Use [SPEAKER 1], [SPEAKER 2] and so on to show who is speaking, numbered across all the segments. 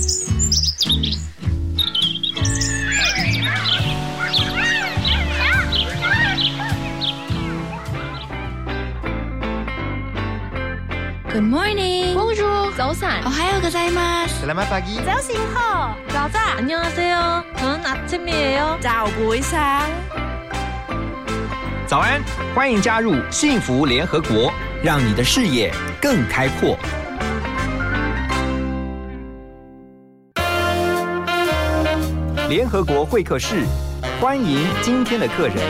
[SPEAKER 1] Good morning.
[SPEAKER 2] Bonjour. 早安.
[SPEAKER 1] 오하요 고자이마스.
[SPEAKER 3] Selamat pagi.
[SPEAKER 2] 早醒好. 早安. 안녕하세요. 저는 아침이에요.
[SPEAKER 1] 早不一상
[SPEAKER 4] 早安，欢迎加入幸福联合国，让你的视野更开阔。联合国会客室，欢迎今天的客人。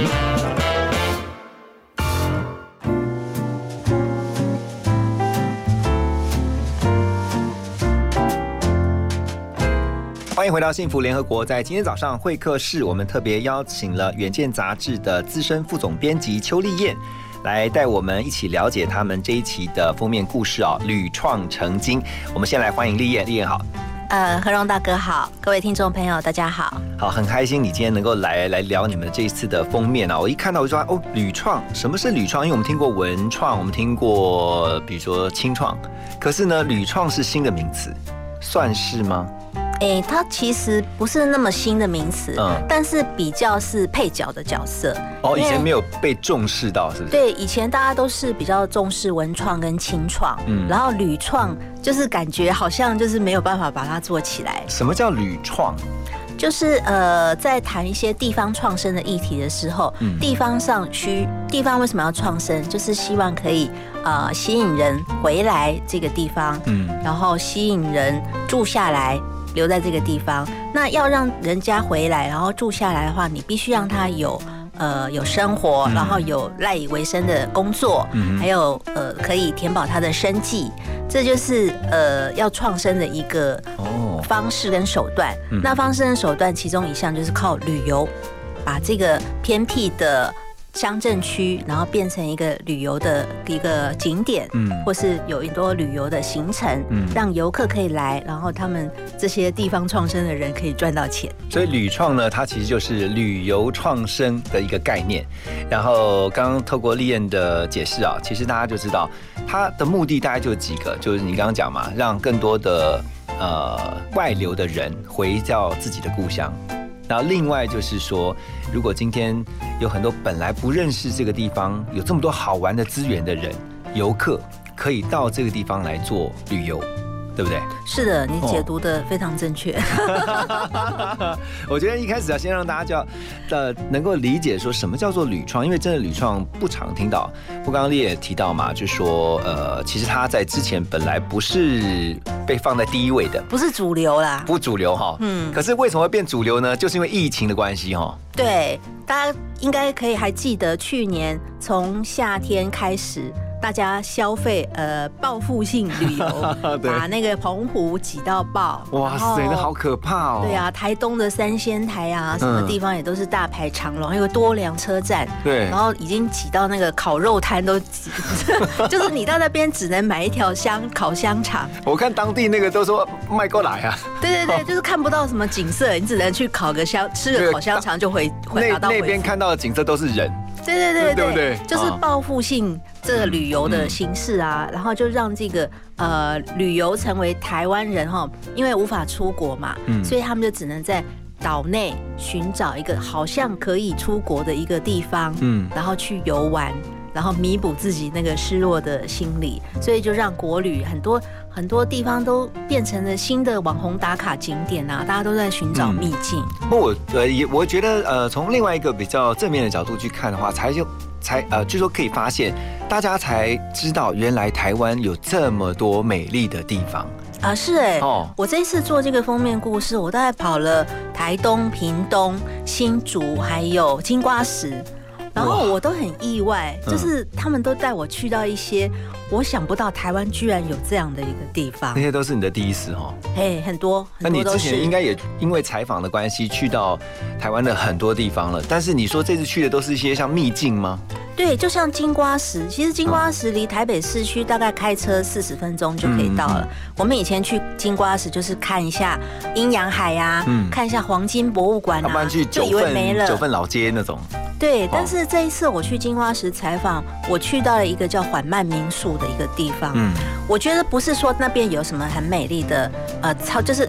[SPEAKER 4] 欢迎回到幸福联合国。在今天早上会客室，我们特别邀请了《远见》杂志的资深副总编辑邱丽燕，来带我们一起了解他们这一期的封面故事哦，屡创成金。我们先来欢迎丽燕，丽燕好。
[SPEAKER 5] 何荣大哥好，各位听众朋友大家好。
[SPEAKER 4] 好，很开心你今天能够来聊你们这一次的封面啊！我一看到我就说哦，屡创，什么是屡创？因为我们听过文创，我们听过比如说青创，可是呢，屡创是新的名词，算是吗？
[SPEAKER 5] 它其实不是那么新的名词，但是比较是配角的角色。
[SPEAKER 4] 哦，以前没有被重视到，是不是？
[SPEAKER 5] 对，以前大家都是比较重视文创跟青创，然后屡创就是感觉好像就是没有办法把它做起来。
[SPEAKER 4] 什么叫屡创？
[SPEAKER 5] 就是在谈一些地方创生的议题的时候，地方为什么要创生？就是希望可以吸引人回来这个地方，然后吸引人住下来。留在这个地方，那要让人家回来，然后住下来的话，你必须让他有生活，然后有赖以为生的工作，还有可以填饱他的生计，这就是要创生的一个方式跟手段。那方式跟手段其中一项就是靠旅游，把这个偏僻的乡镇区，然后变成一个旅游的一个景点，或是有很多旅游的行程，让游客可以来，然后他们这些地方创生的人可以赚到钱。
[SPEAKER 4] 所以旅创呢，它其实就是旅游创生的一个概念。然后刚刚透过丽燕的解释啊，其实大家就知道它的目的大概就几个，就是你刚刚讲嘛，让更多的外流的人回到自己的故乡。然后另外就是说，如果今天有很多本来不认识这个地方有这么多好玩的资源的人，游客可以到这个地方来做旅游，对不对？
[SPEAKER 5] 是的，你解读的非常正确。
[SPEAKER 4] 我觉得一开始要先让大家能够理解说什么叫做旅创，因为真的旅创不常听到。我刚刚也提到嘛，就说其实它在之前本来不是被放在第一位的，
[SPEAKER 5] 不是主流啦，
[SPEAKER 4] 不主流哈。可是为什么会变主流呢？就是因为疫情的关系哈。
[SPEAKER 5] 对，大家应该可以还记得去年从夏天开始。大家消费报复性旅游，把那个澎湖挤到爆。
[SPEAKER 4] 哇塞，那好可怕哦！
[SPEAKER 5] 对啊，台东的三仙台啊，什么地方也都是大排长龙，还有多良车站。
[SPEAKER 4] 对，
[SPEAKER 5] 然后已经挤到那个烤肉摊都挤，就是你到那边只能买一条烤香肠。
[SPEAKER 4] 我看当地那个都说卖过来啊。
[SPEAKER 5] 对对对，就是看不到什么景色，你只能去吃个烤香肠就拿到
[SPEAKER 4] 那边看到的景色都是人。
[SPEAKER 5] 对对对
[SPEAKER 4] 对不对？
[SPEAKER 5] 就是报复性这个旅游的形式啊，然后就让这个旅游成为台湾人哈，因为无法出国嘛，所以他们就只能在岛内寻找一个好像可以出国的一个地方，然后去游玩，然后弥补自己那个失落的心理，所以就让国旅很多地方都变成了新的网红打卡景点啊，大家都在寻找秘境。
[SPEAKER 4] 我觉得从另外一个比较正面的角度去看的话，据说可以发现，大家才知道原来台湾有这么多美丽的地方
[SPEAKER 5] 啊！是我这一次做这个封面故事，我大概跑了台东、屏东、新竹，还有金瓜石。然后我都很意外，就是他们都带我去到一些我想不到台湾居然有这样的一个地方。
[SPEAKER 4] 那些都是你的第一次哈？
[SPEAKER 5] 很多
[SPEAKER 4] 那你之前应该也因为采访的关系去到台湾的很多地方了，但是你说这次去的都是一些像秘境吗？
[SPEAKER 5] 对，就像金瓜石，其实金瓜石离台北市区大概开车40分钟就可以到了。我们以前去金瓜石就是看一下阴阳海啊，看一下黄金博物馆啊，
[SPEAKER 4] 就以为没了九份老街那种。
[SPEAKER 5] 对，但是这一次我去金瓜石采访，我去到了一个叫缓慢民宿的一个地方。我觉得不是说那边有什么很美丽的就是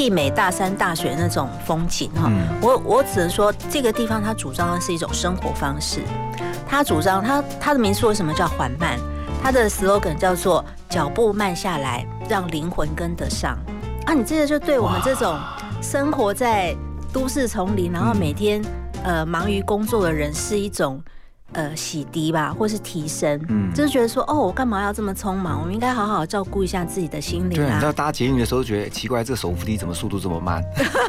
[SPEAKER 5] 媲美大山大水那种风景哈。我只能说，这个地方它主张的是一种生活方式，它主张它的民宿为什么叫缓慢？它的 slogan 叫做脚步慢下来，让灵魂跟得上。啊，你这个就对我们这种生活在都市丛林，然后每天忙于工作的人是一种洗涤吧，或是提升，就是觉得说，哦，我干嘛要这么匆忙？我们应该好好照顾一下自己的心灵啊。
[SPEAKER 4] 对，你知道搭捷运的时候觉得奇怪，这个手扶梯怎么速度这么慢？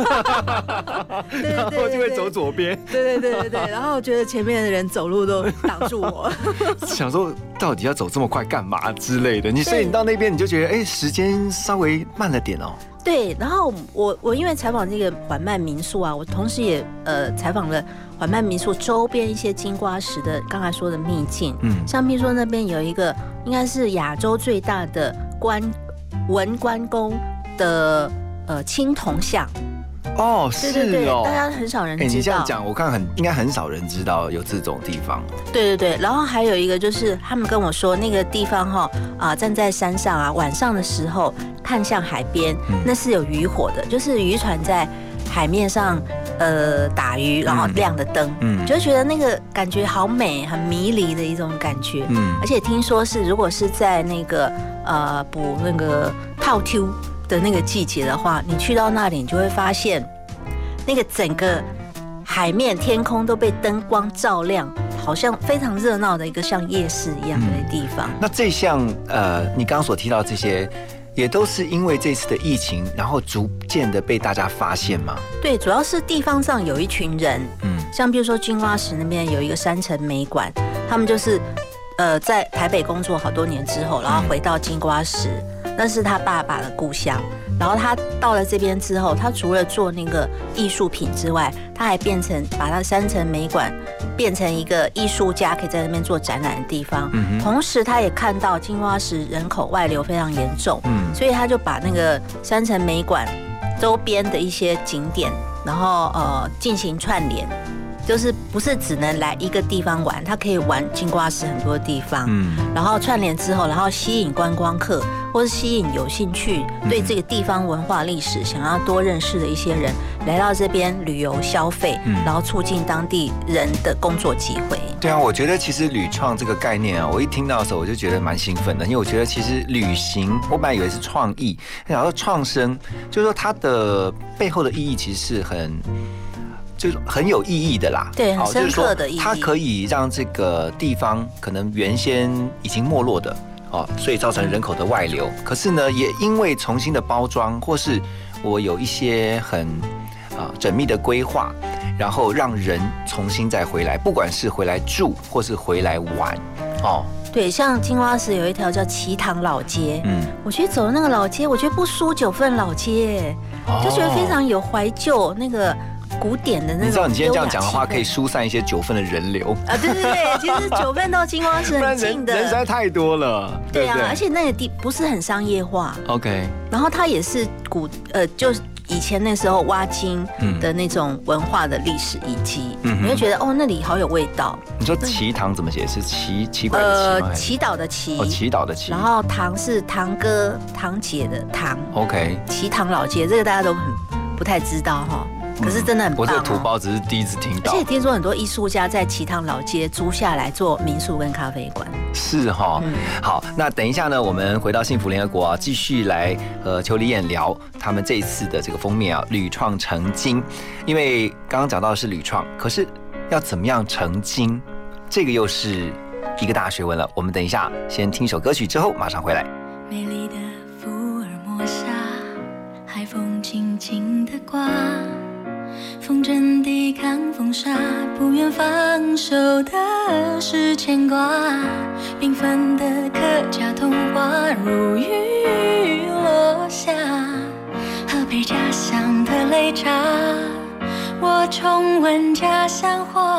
[SPEAKER 4] 然后就会走左边。
[SPEAKER 5] 对，然后觉得前面的人走路都挡住我，
[SPEAKER 4] 想说到底要走这么快干嘛之类的。所以你到那边你就觉得，时间稍微慢了点哦。
[SPEAKER 5] 对，然后我因为采访这个缓慢民宿啊，我同时也采访了缓慢民宿周边一些金瓜石的刚才说的秘境，像譬如说那边有一个应该是亚洲最大的文关公的青铜像。
[SPEAKER 4] 哦，是哦，
[SPEAKER 5] 大家很少人知道。
[SPEAKER 4] 你这样讲，我看应该很少人知道有这种地方。
[SPEAKER 5] 对，然后还有一个就是他们跟我说，那个地方站在山上啊，晚上的时候看向海边，那是有渔火的，就是渔船在海面上打鱼，然后亮的灯，就觉得那个感觉好美，很迷离的一种感觉。而且听说是如果是在那个捕那个套 Q 的那个季节的话，你去到那里，你就会发现那个整个海面、天空都被灯光照亮，好像非常热闹的一个像夜市一样的地方。
[SPEAKER 4] 那这项你刚刚所提到这些，也都是因为这次的疫情，然后逐渐的被大家发现吗？
[SPEAKER 5] 对，主要是地方上有一群人，像比如说金瓜石那边有一个山城美馆，他们就是在台北工作好多年之后，然后回到金瓜石。那是他爸爸的故乡，然后他到了这边之后，他除了做那个艺术品之外，他还把他山城美馆变成一个艺术家可以在那边做展览的地方。同时，他也看到金瓜石人口外流非常严重，所以他就把那个山城美馆周边的一些景点，然后进行串联。就是不是只能来一个地方玩，它可以玩金瓜石很多地方，然后串联之后，然后吸引观光客，或是吸引有兴趣对这个地方文化历史想要多认识的一些人来到这边旅游消费，然后促进当地人的工作机会。
[SPEAKER 4] 对啊，我觉得其实旅创这个概念啊，我一听到的时候我就觉得蛮兴奋的，因为我觉得其实旅行，我本来以为是创意，然后创生，就是说它的背后的意义其实是就是很有意义的啦，
[SPEAKER 5] 对，很深刻的意义。
[SPEAKER 4] 它可以让这个地方可能原先已经没落的，所以造成人口的外流。可是呢，也因为重新的包装，或是我有一些很缜密的规划，然后让人重新再回来，不管是回来住或是回来玩，
[SPEAKER 5] 对，像金瓜石有一条叫旗塘老街，我去走那个老街，我觉得不输九份老街，就觉得非常有怀旧那个。古典的那种，
[SPEAKER 4] 你知道你今天这样讲的话，可以疏散一些九份的人流
[SPEAKER 5] 啊！对，其实九份到金瓜石很近的，
[SPEAKER 4] 人实在太多了。
[SPEAKER 5] 对啊，而且那个地不是很商业化。
[SPEAKER 4] OK，
[SPEAKER 5] 然后它也是就是以前那时候挖金的那种文化的历史遗迹，你会觉得那里好有味道。
[SPEAKER 4] 你说祈祷怎么写？是奇怪的奇吗？
[SPEAKER 5] 祈祷的祈，
[SPEAKER 4] 祈祷的祈。
[SPEAKER 5] 然后堂是堂哥堂姐的堂。
[SPEAKER 4] OK，
[SPEAKER 5] 旗塘老街这个大家都不太知道哈。可是真的很棒，
[SPEAKER 4] 我这个土包只是第一次听到。
[SPEAKER 5] 而且听说很多艺术家在旗塘老街租下来做民宿跟咖啡馆。
[SPEAKER 4] 是哈，好，那等一下呢，我们回到幸福联合国啊，继续来和邱丽燕聊他们这一次的这个封面啊，屡创成金。因为刚刚讲到的是屡创，可是要怎么样成金，这个又是一个大学问了。我们等一下先听一首歌曲，之后马上回来。
[SPEAKER 1] 美丽的福尔摩沙，海风轻轻地刮。风筝抵抗风沙，不愿放手的是牵挂。缤纷的客家童话如雨落下，喝杯家乡的擂茶，我重温家乡话。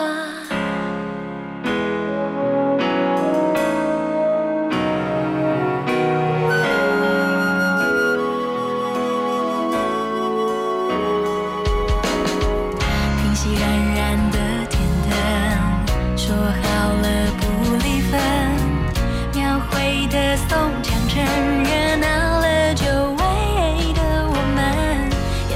[SPEAKER 1] 宋江镇热闹了久违的我们，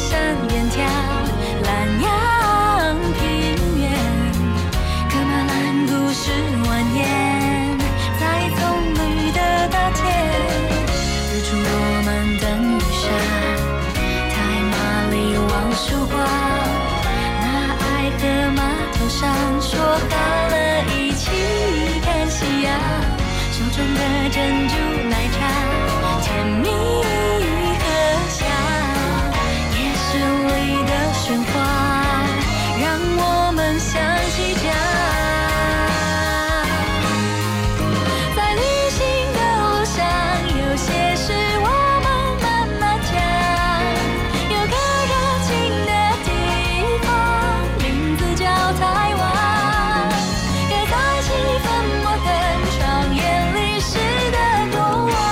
[SPEAKER 1] 山远眺南洋平原，刻满蓝故事蜿蜒在葱绿的大田。日出我们等雨下，太麻里望曙光，那爱河码头上说好了一起看夕阳，手中的珍珠奶茶甜蜜和香，夜市里的喧哗让我们想起家。在旅行的路上，有些事我们慢慢讲，有个热情的地方，名字叫台湾，刻在气氛摩登庄严历史的过往，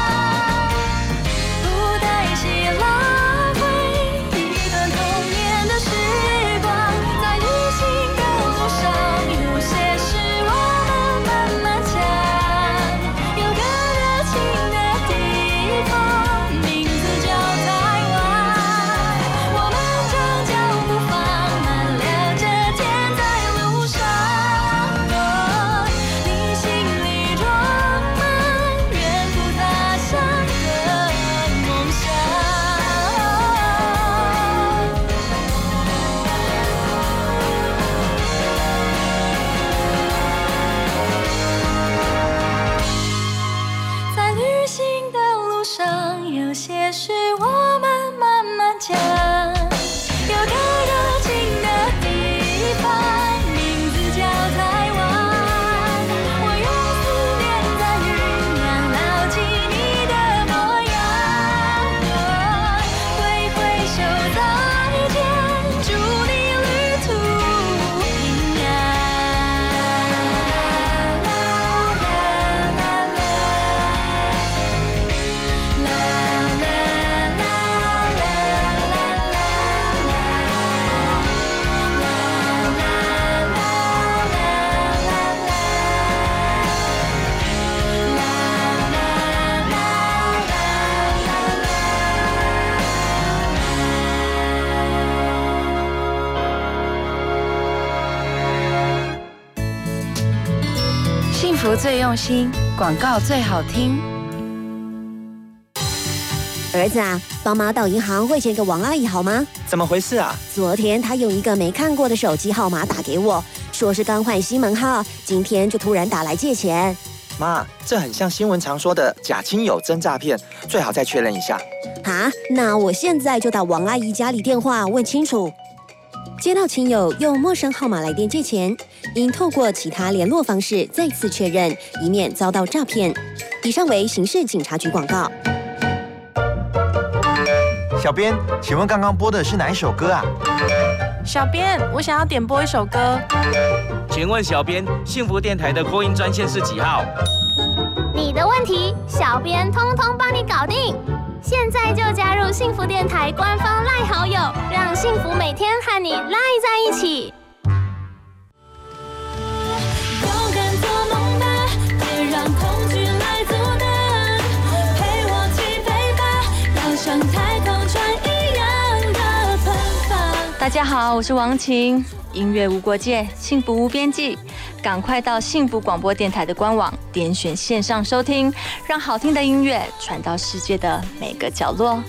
[SPEAKER 1] 不带希拉回一段童年的时光。在旅行的路上，有些事我们慢慢讲，有个热情的地方，名字叫台湾。我们将脚步放慢，聊着天在路上，你心里装满远赴他乡的梦想。在旅行的路上，有些事我们慢慢讲，有个热情的地方，名字叫台湾。我用思念在酝酿，牢记你的模样，挥挥手再见，祝你旅途平
[SPEAKER 3] 幸福最用心，广告最好听。
[SPEAKER 6] 儿子啊，帮妈到银行汇钱给王阿姨好吗？
[SPEAKER 7] 怎么回事啊？
[SPEAKER 6] 昨天她用一个没看过的手机号码打给我，说是刚换新门号，今天就突然打来借钱。
[SPEAKER 7] 妈，这很像新闻常说的假亲友真诈骗，最好再确认一下。
[SPEAKER 6] 啊，那我现在就打王阿姨家里电话问清楚。接到亲友用陌生号码来电借钱，应透过其他联络方式再次确认，以免遭到诈骗。以上为刑事警察局广告。
[SPEAKER 8] 小编，请问刚刚播的是哪一首歌啊？
[SPEAKER 2] 小编，我想要点播一首歌。
[SPEAKER 9] 请问小编，幸福电台的call in专线是几号？
[SPEAKER 10] 你的问题，小编通通帮你搞定。现在就加入幸福电台官方赖好友，让幸福每天和你赖在一起。
[SPEAKER 1] 勇敢做梦吧，别让恐惧来阻挡，陪我起飞吧，要像太空船一样的奔放。
[SPEAKER 3] 大家好，我是王晴，音乐无国界，幸福无边际。赶快到幸福广播电台的官网，点选线上收听，让好听的音乐传到世界的每个角落。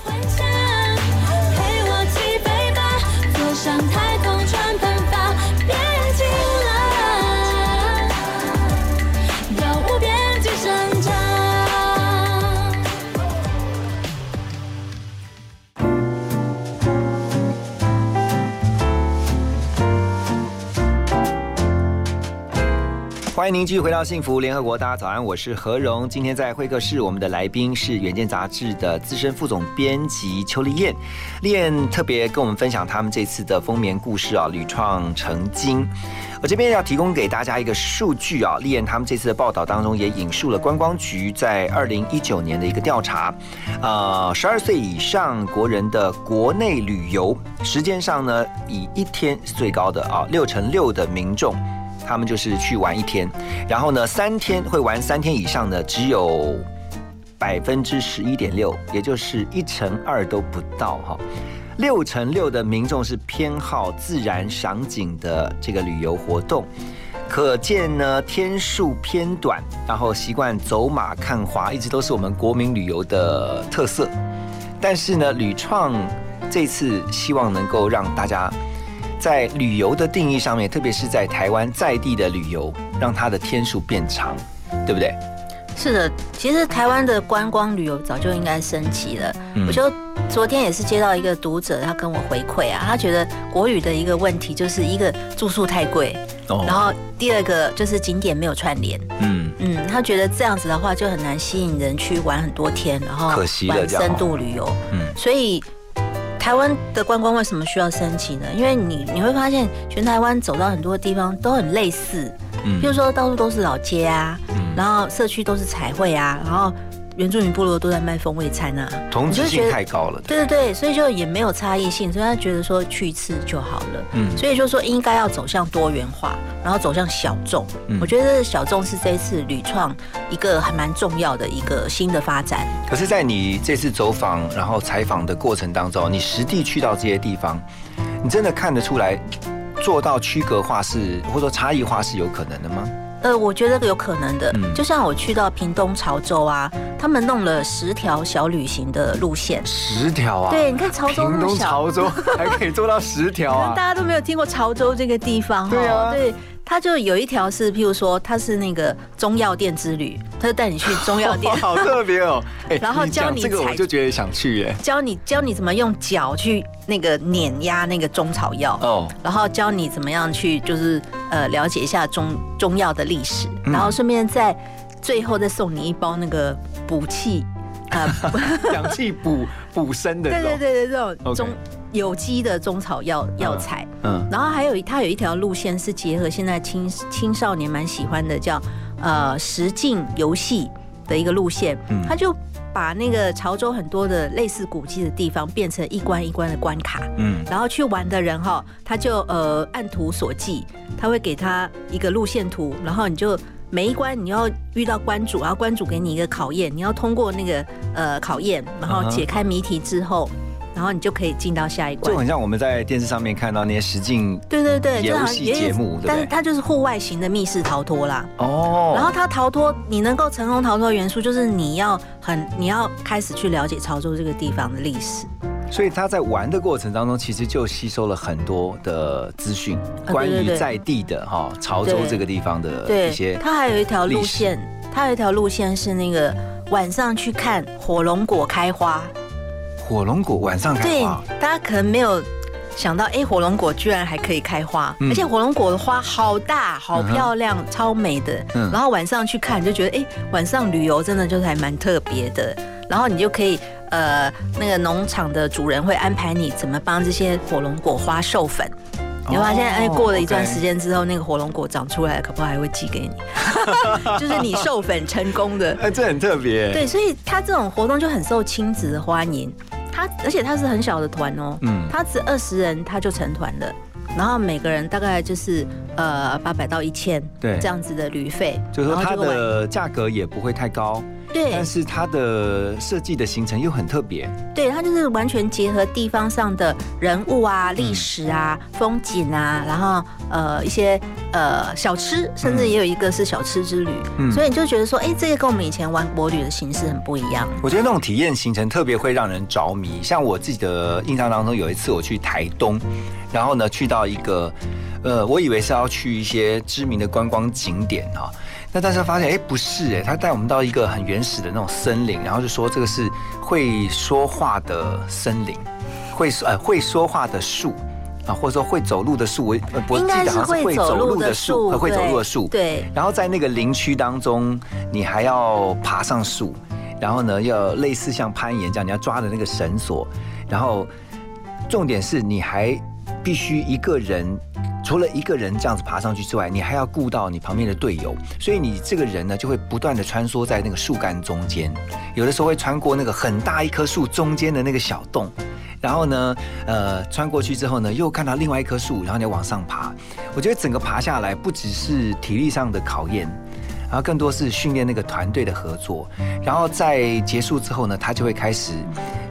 [SPEAKER 1] 陪我起飞吧，坐上太空船奔放，别惊了，要无边际生长。
[SPEAKER 4] 欢迎您继续回到幸福联合国，大家早安，我是何荣。今天在会客室，我们的来宾是《远见》杂志的资深副总编辑邱丽燕。丽燕特别跟我们分享他们这次的封面故事啊，屡创成金。我这边要提供给大家一个数据啊，丽燕他们这次的报道当中也引述了观光局在2019年的一个调查，12岁以上国人的国内旅游时间上呢，以一天是最高的啊，6%的民众。他们就是去玩一天，然后呢，3天会玩3天以上的只有11.6%，也就是1/2都不到哈。 ，66%的民众是偏好自然赏景的这个旅游活动。可见呢，天数偏短，然后习惯走马看花，一直都是我们国民旅游的特色。但是呢，旅创这次希望能够让大家在旅游的定义上面，特别是在台湾在地的旅游，让它的天数变长，对不对？
[SPEAKER 5] 是的，其实台湾的观光旅游早就应该升级了。我就昨天也是接到一个读者，他跟我回馈啊，他觉得国旅的一个问题就是一个住宿太贵，然后第二个就是景点没有串联。他觉得这样子的话就很难吸引人去玩很多天，然后玩深度旅游。所以台湾的观光为什么需要升级呢？因为你会发现全台湾走到很多地方都很类似，譬如说到处都是老街啊，然后社区都是彩绘啊，然后原住民部落都在卖风味餐啊，
[SPEAKER 4] 同质性太高了。
[SPEAKER 5] 对对对，所以就也没有差异性，所以他觉得说去一次就好了。所以就说应该要走向多元化，然后走向小众。我觉得小众是这一次旅创一个还蛮重要的一个新的发展。
[SPEAKER 4] 可是，在你这次走访然后采访的过程当中，你实地去到这些地方，你真的看得出来做到区隔化是或者说差异化是有可能的吗？
[SPEAKER 5] 我觉得有可能的。就像我去到屏东潮州啊，他们弄了10条小旅行的路线。
[SPEAKER 4] 10条啊？
[SPEAKER 5] 对，你看潮州那么小，
[SPEAKER 4] 屏东潮州还可以做到10条啊！
[SPEAKER 5] 大家都没有听过潮州这个地方。
[SPEAKER 4] 对啊，
[SPEAKER 5] 对。他就有一条是，譬如说，他是那个中药店之旅，他就带你去中药店，
[SPEAKER 4] 好特别哦。
[SPEAKER 5] 然后教你
[SPEAKER 4] 这个，我就觉得想去耶。
[SPEAKER 5] 教你怎么用脚去那个碾压那个中草药然后教你怎么样去就是了解一下中药的历史，然后顺便在最后再送你一包那个补气
[SPEAKER 4] 养气补身的。
[SPEAKER 5] 对，这种有机的中草药材，然后它有一条路线是结合现在青少年蛮喜欢的，叫实境游戏的一个路线，它就把那个潮州很多的类似古迹的地方变成一关一关的关卡，然后去玩的人他就按图索骥，他会给他一个路线图，然后你就每一关你要遇到关主，然后关主给你一个考验，你要通过那个考验，然后解开谜题之后。然后你就可以进到下一关，
[SPEAKER 4] 就很像我们在电视上面看到那些实境游戏节目，
[SPEAKER 5] 但是它就是户外型的密室逃脱啦。
[SPEAKER 4] 然
[SPEAKER 5] 后它逃脱，你能够成功逃脱的元素就是你要开始去了解潮州这个地方的历史。
[SPEAKER 4] 所以他在玩的过程当中，其实就吸收了很多的资讯，关于在地的潮州这个地方的一些。
[SPEAKER 5] 它还有一条路线，是那个晚上去看火龙果开花。
[SPEAKER 4] 火龙果晚上开花，
[SPEAKER 5] 对，大家可能没有想到，火龙果居然还可以开花，而且火龙果的花好大、好漂亮、超美的。然后晚上去看，就觉得晚上旅游真的就是还蛮特别的。然后你就可以那个农场的主人会安排你怎么帮这些火龙果花授粉。你会发现，过了一段时间之后，那个火龙果长出来，可不还会寄给你，就是你授粉成功的。
[SPEAKER 4] 这很特别。
[SPEAKER 5] 对，所以它这种活动就很受亲子的欢迎。而且它是很小的团哦，它只20人它就成团了，然后每个人大概就是800到1000这样子的旅费，
[SPEAKER 4] 就是说它的价格也不会太高。对，但是它的设计的行程又很特别。
[SPEAKER 5] 对，它就是完全结合地方上的人物啊、历史啊、风景啊，然后一些小吃，甚至也有一个是小吃之旅。所以你就觉得说，这个跟我们以前玩国旅的形式很不一样。
[SPEAKER 4] 我觉得那种体验行程特别会让人着迷。像我自己的印象当中，有一次我去台东，然后呢去到一个我以为是要去一些知名的观光景点哈。但是发现不是他带我们到一个很原始的那种森林，然后就说这个是会说话的森林，会说话的树啊，或者说会走路的树，我记得好像是会走路的树和会走路的树。
[SPEAKER 5] 对。
[SPEAKER 4] 然后在那个林区当中，你还要爬上树，然后呢要类似像攀岩这样，你要抓着那个绳索，然后重点是你还必须一个人。除了一个人这样子爬上去之外，你还要顾到你旁边的队友，所以你这个人呢就会不断的穿梭在那个树干中间，有的时候会穿过那个很大一棵树中间的那个小洞，然后呢，穿过去之后呢，又看到另外一棵树，然后你要往上爬。我觉得整个爬下来，不只是体力上的考验，然后更多是训练那个团队的合作。然后在结束之后呢，他就会开始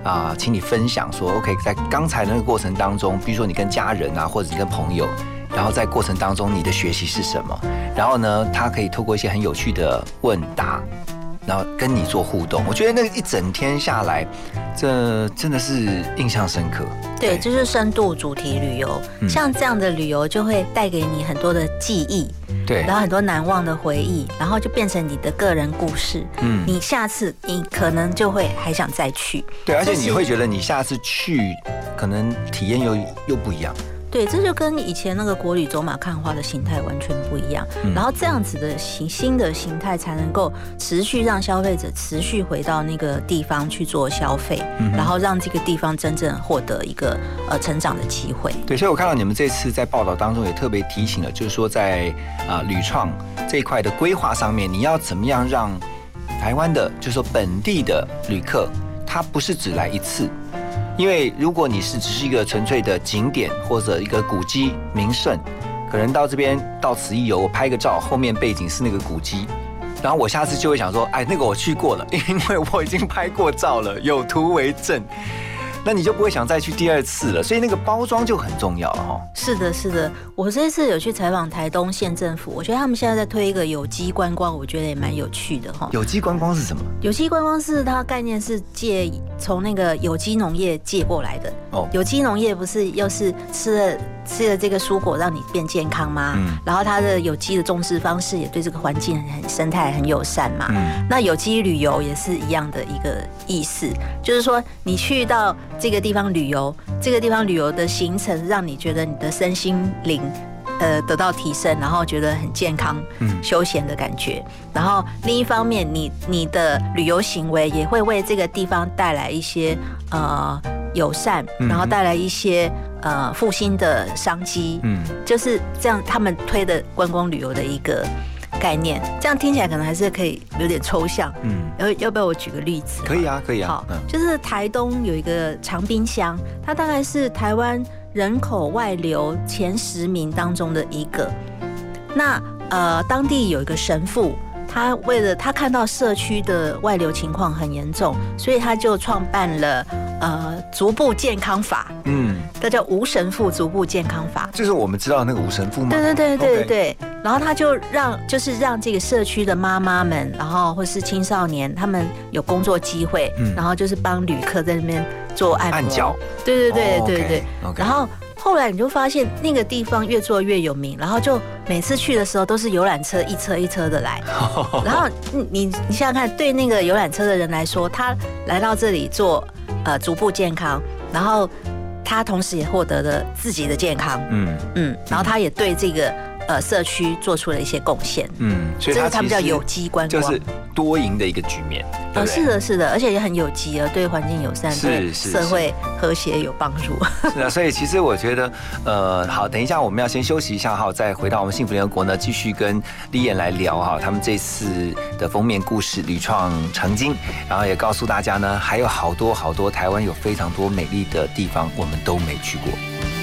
[SPEAKER 4] 请你分享说 ，OK， 在刚才的那个过程当中，比如说你跟家人啊，或者你跟朋友，然后在过程当中你的学习是什么？然后呢，他可以透过一些很有趣的问答，然后跟你做互动。我觉得那一整天下来，这真的是印象深刻。
[SPEAKER 5] 对，就是深度主题旅游，像这样的旅游就会带给你很多的记忆。
[SPEAKER 4] 对，
[SPEAKER 5] 然后很多难忘的回忆，然后就变成你的个人故事。你下次你可能就会还想再去。
[SPEAKER 4] 对，而且你会觉得你下次去可能体验又不一样。
[SPEAKER 5] 对，这就跟以前那个国旅走马看花的形态完全不一样。然后这样子的新的形态才能够持续让消费者持续回到那个地方去做消费，然后让这个地方真正获得一个成长的机会。
[SPEAKER 4] 对，所以我看到你们这次在报道当中也特别提醒了，就是说在旅创这一块的规划上面，你要怎么样让台湾的，就是说本地的旅客，他不是只来一次。因为如果你只是一个纯粹的景点或者一个古迹名胜，可能到这边到此一游，我拍个照，后面背景是那个古迹，然后我下次就会想说，哎，那个我去过了，因为我已经拍过照了，有图为证。那你就不会想再去第二次了，所以那个包装就很重要了哈。
[SPEAKER 5] 是的，是的，我这次有去采访台东县政府，我觉得他们现在在推一个有机观光，我觉得也蛮有趣的哈。
[SPEAKER 4] 有机观光是什么？
[SPEAKER 5] 有机观光是它概念是从那个有机农业借过来的。哦，有机农业不是又是吃了这个蔬果让你变健康吗？然后它的有机的种植方式也对这个环境生态很友善嘛。那有机旅游也是一样的一个意思，就是说你去到这个地方旅游，这个地方旅游的行程让你觉得你的身心灵得到提升，然后觉得很健康、休闲的感觉。然后另一方面，你的旅游行为也会为这个地方带来一些友善，然后带来一些复兴的商机。就是这样，他们推的观光旅游的一个概念。这样听起来可能还是可以有点抽象。要不要我举个例子？
[SPEAKER 4] 可以啊，可以啊。
[SPEAKER 5] 好，就是台东有一个长滨乡，它大概是台湾人口外流前10名当中的一个。那当地有一个神父，他为了他看到社区的外流情况很严重，所以他就创办了足部健康法。这叫吴神父足部健康法，
[SPEAKER 4] 就是我们知道的那个吴神父吗？
[SPEAKER 5] 对。然后他就让这个社区的妈妈们，然后或是青少年，他们有工作机会，然后就是帮旅客在那边做按摩、
[SPEAKER 4] 按脚。
[SPEAKER 5] 对。然后后来你就发现那个地方越做越有名，然后就每次去的时候都是游览车一车一车的来。然后你想想看，对那个游览车的人来说，他来到这里做足部健康，然后他同时也获得了自己的健康。然后他也对这个社区做出了一所以这是他们叫有机观光，
[SPEAKER 4] 就是多赢的一个局面。
[SPEAKER 5] 是的，而且也很有机，对环境友善，对社会和谐有帮助。
[SPEAKER 4] 是啊，所以其实我觉得，好，等一下我们要先休息一下哈，再回到我们幸福联合国呢，继续跟丽燕来聊哈，他们这次的封面故事屡创成金，然后也告诉大家呢，还有好多好多台湾有非常多美丽的地方，我们都没去过。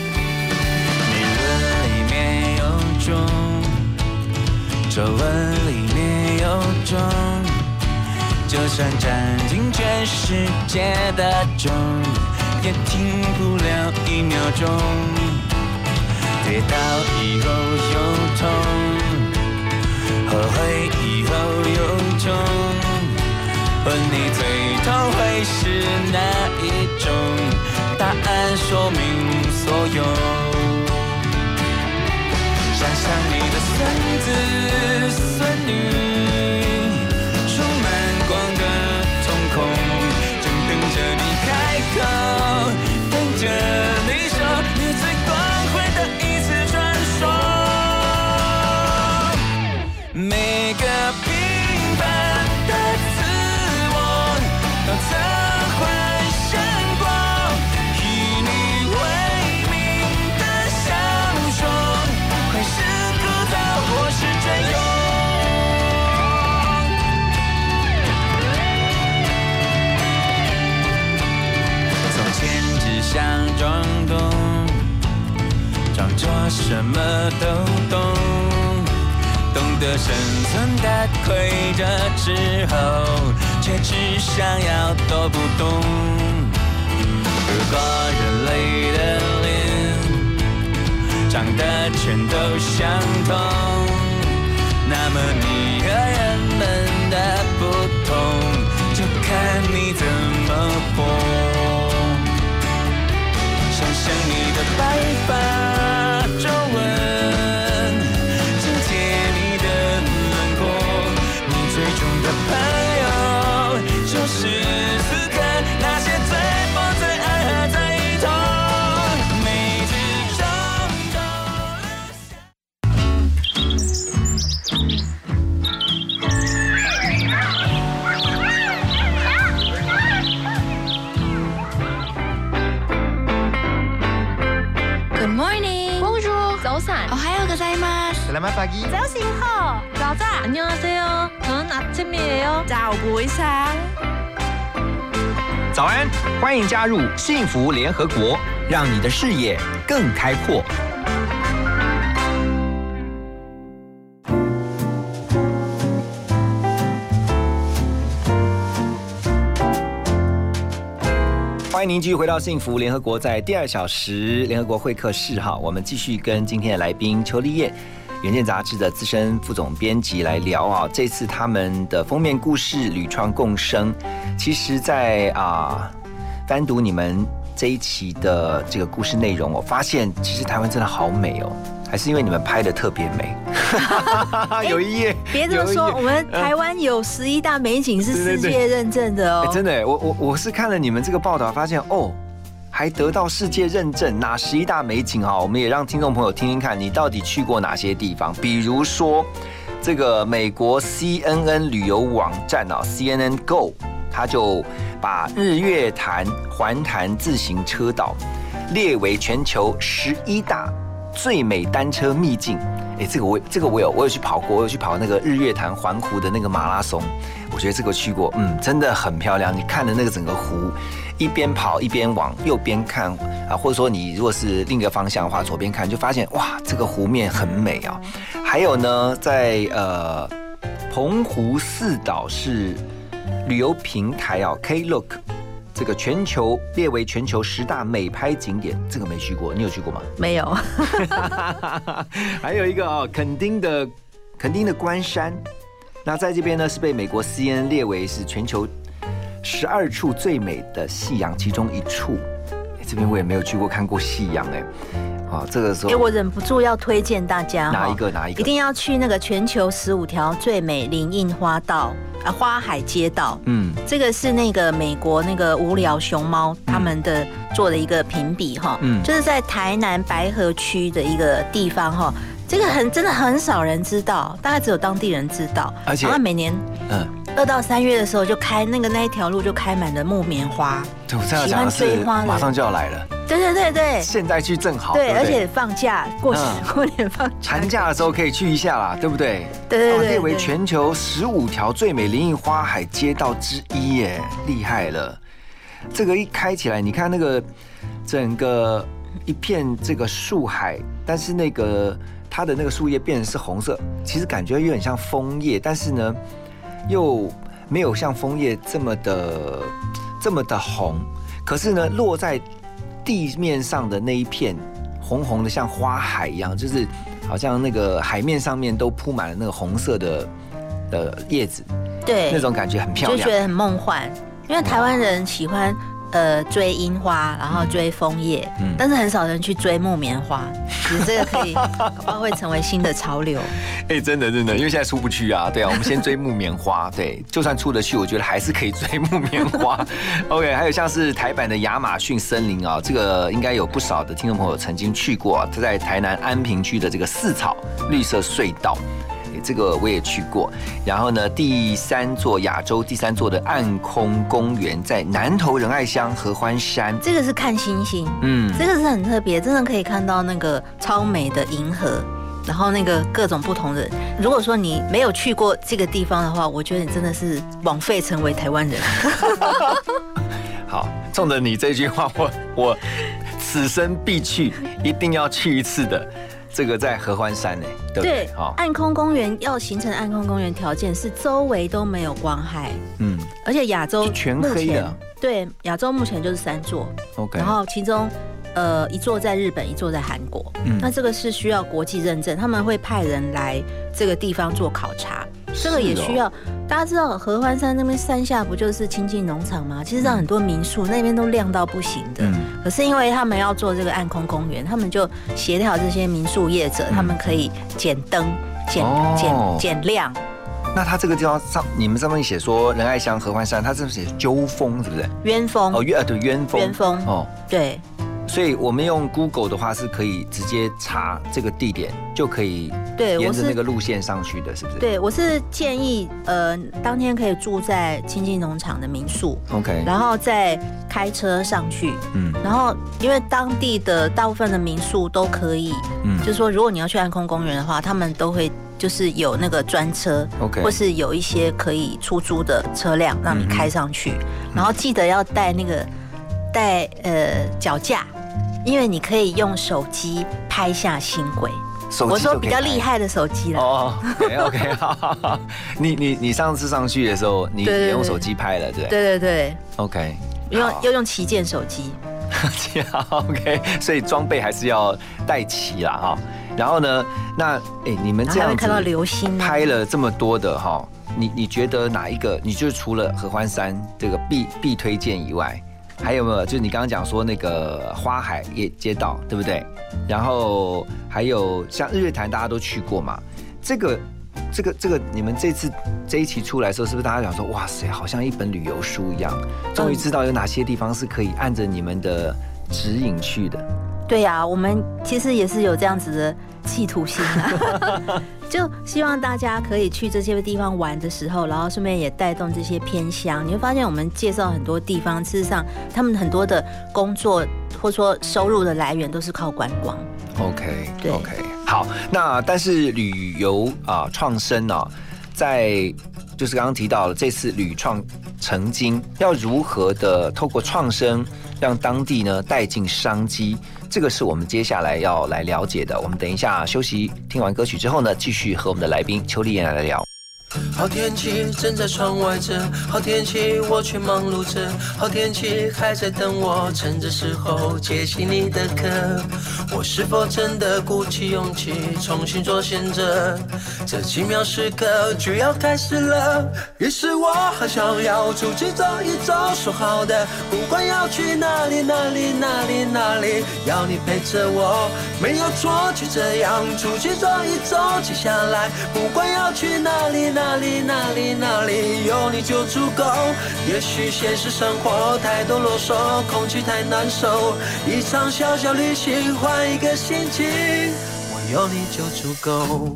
[SPEAKER 11] 皱纹里面有种，就算占尽全世界的钟，也停不了1秒钟。跌倒以后有痛，后悔以后有痛，问你最痛会是哪一种？答案说明所有。想象你的孙子孙女，充满光的瞳孔，正等着你开口，等着你说你最光辉的一次传说。每个平凡的自我都曾幻想过，以你为名的想说，会是枯燥或是真勇。从前只想装懂，装作什么都懂，懂得生存的规则之后，却只想要都不懂。 过人类的脸，长得全都相同。那么你和人们的不同，就看你怎么活。想想你的白发皱纹，紧贴你的轮廓，你最终的朋友就是此刻那些最疯最爱和最痛，每次冲
[SPEAKER 3] Good morning.
[SPEAKER 2] Bonjour. 早安。
[SPEAKER 3] 오하요 고자이마스.
[SPEAKER 8] Selamat pagi.
[SPEAKER 10] 早醒后，
[SPEAKER 2] 早安。안녕하세요. 저는 아침이에요.
[SPEAKER 3] 早부상
[SPEAKER 12] 早安，欢迎加入幸福联合国，让你的视野更开阔。
[SPEAKER 4] 欢迎您继续回到幸福联合国，在第2小时联合国会客室哈，我们继续跟今天的来宾邱丽叶，远见杂志的资深副总编辑来聊啊。这次他们的封面故事《屡创共生》，其实在翻读你们这一期的这个故事内容，我发现其实台湾真的好美哦。还是因为你们拍的特别美，有一页。
[SPEAKER 5] 别这么说，我们台湾有11大美景是世界认证的哦。
[SPEAKER 4] 真的，我是看了你们这个报道，发现哦，还得到世界认证，哪11大美景啊？我们也让听众朋友听听看，你到底去过哪些地方？比如说，这个美国 CNN 旅游网站啊 ，CNN Go， 它就把日月潭环潭自行车道列为全球11大最美单车秘境。这个我有去跑过，我有去跑那个日月潭环湖的那个马拉松，我觉得这个去过，真的很漂亮。你看的那个整个湖，一边跑一边往右边看啊，或者说你如果是另一个方向的话，左边看就发现哇，这个湖面很美啊。还有呢，在澎湖4岛是旅游平台啊 Klook。这个列为全球10大美拍景点，这个没去过，你有去过吗？
[SPEAKER 5] 没有。
[SPEAKER 4] 还有一个垦丁的关山，那在这边呢是被美国 CNN 列为是全球12处最美的夕阳其中一处。这边我也没有去过看过夕阳这个时候
[SPEAKER 5] 我忍不住要推荐大家
[SPEAKER 4] 哪一个？
[SPEAKER 5] 一定要去那个全球15条最美林荫花道。花海街道，这个是那个美国那个无聊熊猫他们的做的一个评比哈，就是在台南白河区的一个地方哈，这个真的很少人知道，大概只有当地人知道，而且每年2到3月的时候就开那一条路就开满了木棉花，
[SPEAKER 4] 喜欢追花的马上就要来了。
[SPEAKER 5] 对，
[SPEAKER 4] 现在去正好。
[SPEAKER 5] 对，而且放假过年放假，
[SPEAKER 4] 寒假的时候可以去一下啦，对不对？
[SPEAKER 5] 对，
[SPEAKER 4] 列为全球15条最美林荫花海街道之一耶，厉害了！这个一开起来，你看那个整个一片这个树海，但是那个它的那个树叶变成是红色，其实感觉有点像枫叶，但是呢又没有像枫叶这么的红，可是呢落在地面上的那一片红红的，像花海一样，就是好像那个海面上面都铺满了那个红色的叶子，
[SPEAKER 5] 对，
[SPEAKER 4] 那种感觉很漂亮，
[SPEAKER 5] 就觉得很梦幻。因为台湾人喜欢追樱花，然后追枫叶，但是很少人去追木棉花。其实这个可以，搞不好会成为新的潮流。
[SPEAKER 4] 真的，因为现在出不去啊，对啊，我们先追木棉花，对，就算出得去，我觉得还是可以追木棉花。OK， 还有像是台版的亚马逊森林啊，这个应该有不少的听众朋友曾经去过，它在台南安平区的这个4草绿色隧道。这个我也去过，然后呢，亚洲第3座的暗空公园在南投仁爱乡合欢山，
[SPEAKER 5] 这个是看星星，这个是很特别，真的可以看到那个超美的银河，然后那个各种不同的。如果说你没有去过这个地方的话，我觉得你真的是枉费成为台湾人。
[SPEAKER 4] 好，冲着你这句话，我此生必去，一定要去一次的。这个在合欢山对不对？
[SPEAKER 5] 暗空公园要形成暗空公园条件是周围都没有光害，而且亚洲
[SPEAKER 4] 全黑的，
[SPEAKER 5] 对，亚洲目前就是3座
[SPEAKER 4] ，OK，
[SPEAKER 5] 然后其中1座在日本，1座在韩国。那这个是需要国际认证，他们会派人来这个地方做考察。这个也需要，大家知道合欢山那边山下不就是清境农场吗？其实让很多民宿那边都亮到不行的。可是因为他们要做这个暗空公园，他们就协调这些民宿业者，他们可以减灯、减亮。
[SPEAKER 4] 那它这个地方上，你们上面写说仁爱乡合欢山，它是不是写鸠峰，是不是？
[SPEAKER 5] 鸢峰
[SPEAKER 4] 哦，对，鸢峰。
[SPEAKER 5] 鸢峰哦，对。
[SPEAKER 4] 所以我们用 Google 的话是可以直接查这个地点，就可以沿着那个路线上去的，是不是？
[SPEAKER 5] 对，我是建议当天可以住在清境农场的民宿
[SPEAKER 4] ，OK，
[SPEAKER 5] 然后再开车上去，然后因为当地的大部分的民宿都可以，就是说如果你要去暗空公园的话，他们都会就是有那个专车
[SPEAKER 4] ，OK，
[SPEAKER 5] 或是有一些可以出租的车辆让你开上去，然后记得要带脚架。因为你可以用手机拍下星轨，我说比较厉害的手机了。
[SPEAKER 4] 哦 ，OK， 好。你上次上去的时候，你用手机拍了，对？对 ，OK，
[SPEAKER 5] 又用旗舰手机。
[SPEAKER 4] OK， 所以装备还是要带齐啦哈。然后呢，那你们这样子
[SPEAKER 5] 看到流星
[SPEAKER 4] 拍了这么多的哈，你觉得哪一个？你就除了合欢山这个必推荐以外？还有没有？就是你刚刚讲说那个花海街道，对不对？然后还有像日月潭，大家都去过嘛？这个，你们这一期出来的时候，是不是大家讲说，哇塞，好像一本旅游书一样，终于知道有哪些地方是可以按着你们的指引去的？
[SPEAKER 5] 对呀，我们其实也是有这样子的企图心啊。就希望大家可以去这些地方玩的时候，然后顺便也带动这些偏乡。你会发现，我们介绍很多地方，事实上他们很多的工作或说收入的来源都是靠观光。
[SPEAKER 4] OK， 对 ，OK， 好。那但是旅游创生在就是刚刚提到了这次旅创成金，要如何的透过创生让当地呢带进商机。这个是我们接下来要来了解的。我们等一下休息，听完歌曲之后呢，继续和我们的来宾邱丽燕来聊。
[SPEAKER 13] 好天气正在窗外着，好天气我却忙碌着，好天气还在等我，趁着时候接起你的课。我是否真的鼓起勇气重新做选择？这奇妙时刻就要开始了。于是我很想要出去走一走，说好的不管要去哪里哪里哪里哪里，要你陪着我，没有错，就这样出去走一走。接下来不管要去哪里哪里哪里哪里，有你就足够。也许现实生活太多啰嗦，空气太难受，一场小小旅行换一个心情，我有你就足够。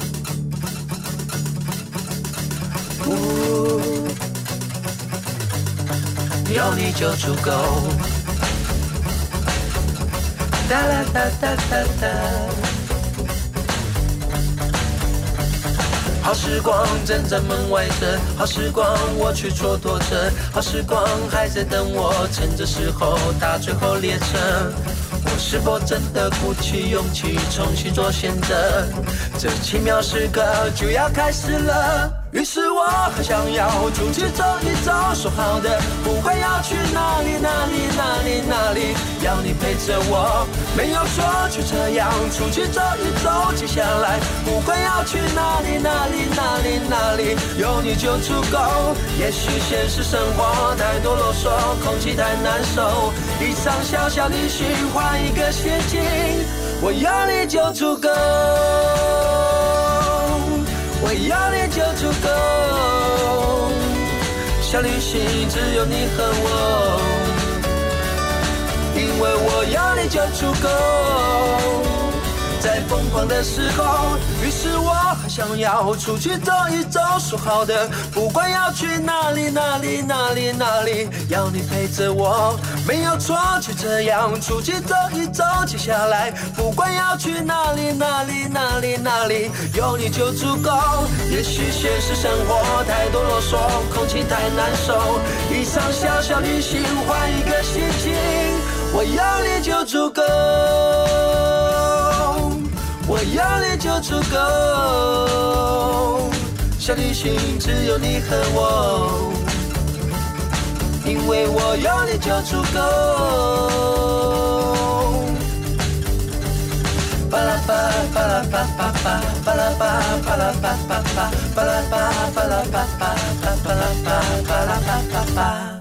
[SPEAKER 13] 有你就足够。哒啦哒哒哒哒。好时光正在门外着，好时光我去蹉跎着，好时光还在等我，趁着时候搭最后列车。我是否真的鼓起勇气重新做选择？这奇妙时刻就要开始了。于是我很想要出去走一走，说好的不管要去哪里哪里哪里哪里，要你陪着我，没有错，就这样出去走一走。接下来不管要去哪里哪里哪里哪里，有你就足够。也许现实生活太多啰嗦，空气太难受，一场小小旅行换一个心情，我有你就足够，我有你就足够。小旅行只有你和我，因为我有你就足够。在疯狂的时候，于是我很想要出去走一走，说好的不管要去哪里哪里哪里哪里，要你陪着我，没有错，就这样出去走一走。接下来不管要去哪里哪里哪里哪里，有你就足够。也许现实生活太多啰嗦，空气太难受，一场小小旅行换一个心情，我有你就足够，我有你就足够。小旅行只有你和我， 因为我有你就足够。巴拉巴巴拉巴巴巴巴拉巴巴拉巴巴巴巴拉巴巴拉巴巴巴拉巴巴拉巴巴巴。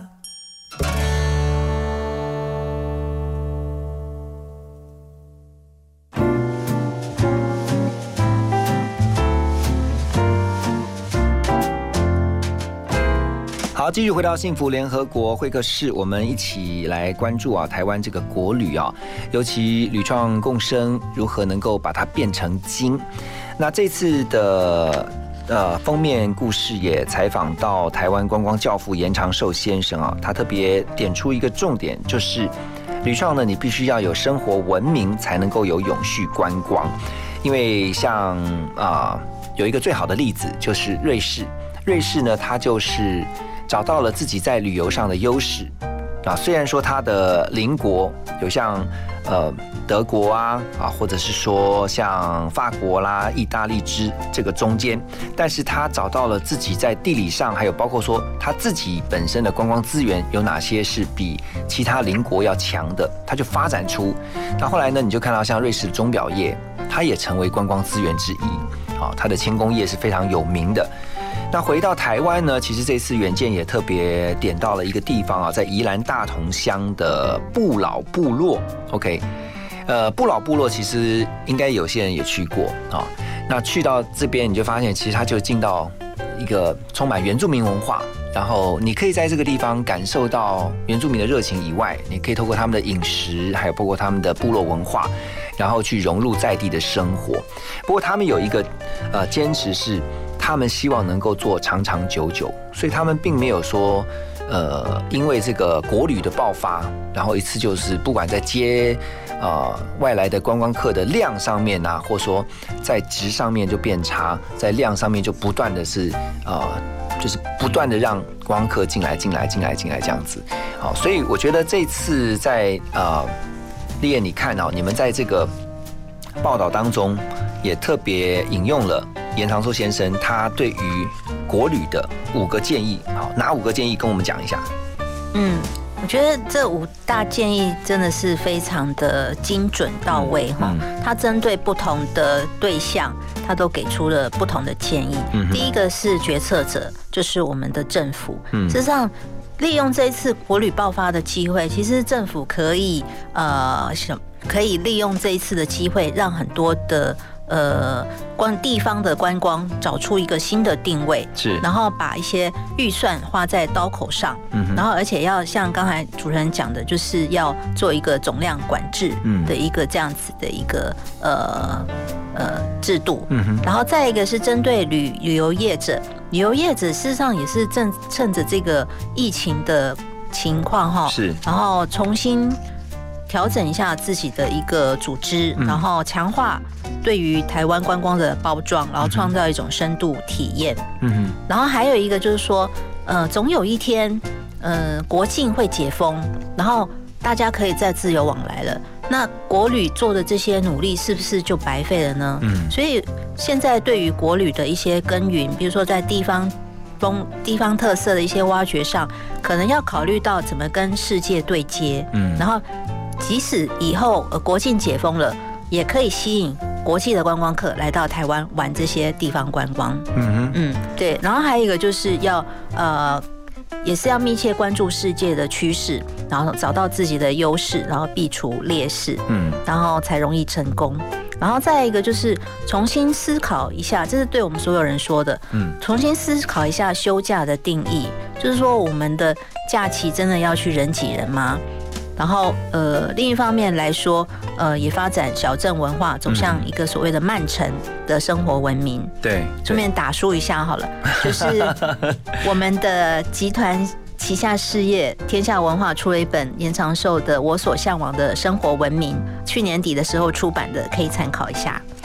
[SPEAKER 4] 好，继续回到幸福联合国会客室，我们一起来关注台湾这个国旅尤其旅创共生如何能够把它变成金。那这次的封面故事也采访到台湾观光教父严长寿先生他特别点出一个重点，就是旅创呢，你必须要有生活文明，才能够有永续观光。因为像有一个最好的例子就是瑞士，瑞士呢，它就是找到了自己在旅游上的优势虽然说它的邻国有像德国或者是说像法国啦、意大利之这个中间，但是他找到了自己在地理上，还有包括说他自己本身的观光资源有哪些是比其他邻国要强的，他就发展出。那后来呢，你就看到像瑞士的钟表业，它也成为观光资源之一它的轻工业是非常有名的。那回到台湾呢，其实这次远见也特别点到了一个地方在宜兰大同乡的不老部落。OK， 不老部落其实应该有些人也去过那去到这边你就发现，其实它就进到一个充满原住民文化，然后你可以在这个地方感受到原住民的热情以外，你可以透过他们的饮食，还有包括他们的部落文化，然后去融入在地的生活。不过他们有一个坚持是，他们希望能够做长长久久，所以他们并没有说因为这个国旅的爆发，然后一次就是不管在接外来的观光客的量上面或者说在质上面就变差，在量上面就不断的是就是不断的让观光客进来这样子。好，所以我觉得这次在丽燕，你看你们在这个报道当中也特别引用了严长寿先生他对于国旅的5个建议。好，哪5个建议跟我们讲一下？
[SPEAKER 5] 我觉得这5大建议真的是非常的精准到位它针对不同的对象，它都给出了不同的建议。第一个是决策者，就是我们的政府。事实上，利用这一次国旅爆发的机会，其实政府可以利用这一次的机会，让很多的地方的观光找出一个新的定位，然后把一些预算花在刀口上，然后而且要像刚才主持人讲的，就是要做一个总量管制的一个这样子的一个制度，然后再一个是针对旅游业者，旅游业者事实上也是趁着这个疫情的情况然后重新调整一下自己的一个组织，然后强化对于台湾观光的包装，然后创造一种深度体验。然后还有一个就是说，总有一天，国境会解封，然后大家可以再自由往来了。那国旅做的这些努力是不是就白费了呢？所以现在对于国旅的一些耕耘，比如说在地方特色的一些挖掘上，可能要考虑到怎么跟世界对接。然后即使以后国境解封了，也可以吸引国际的观光客来到台湾玩这些地方观光。对。然后还有一个就是要也是要密切关注世界的趋势，然后找到自己的优势，然后避除劣势，然后才容易成功。然后再一个就是重新思考一下，这是对我们所有人说的，重新思考一下休假的定义，就是说我们的假期真的要去人挤人吗？然后另一方面来说，也发展小镇文化，走向一个所谓的慢城的生活文明。对，顺便打书一下好了，就是我们的集团旗下事业天下文化出了一本严长寿的《我所向往的生活文明》，去年底的时候出版的，可以参考一下。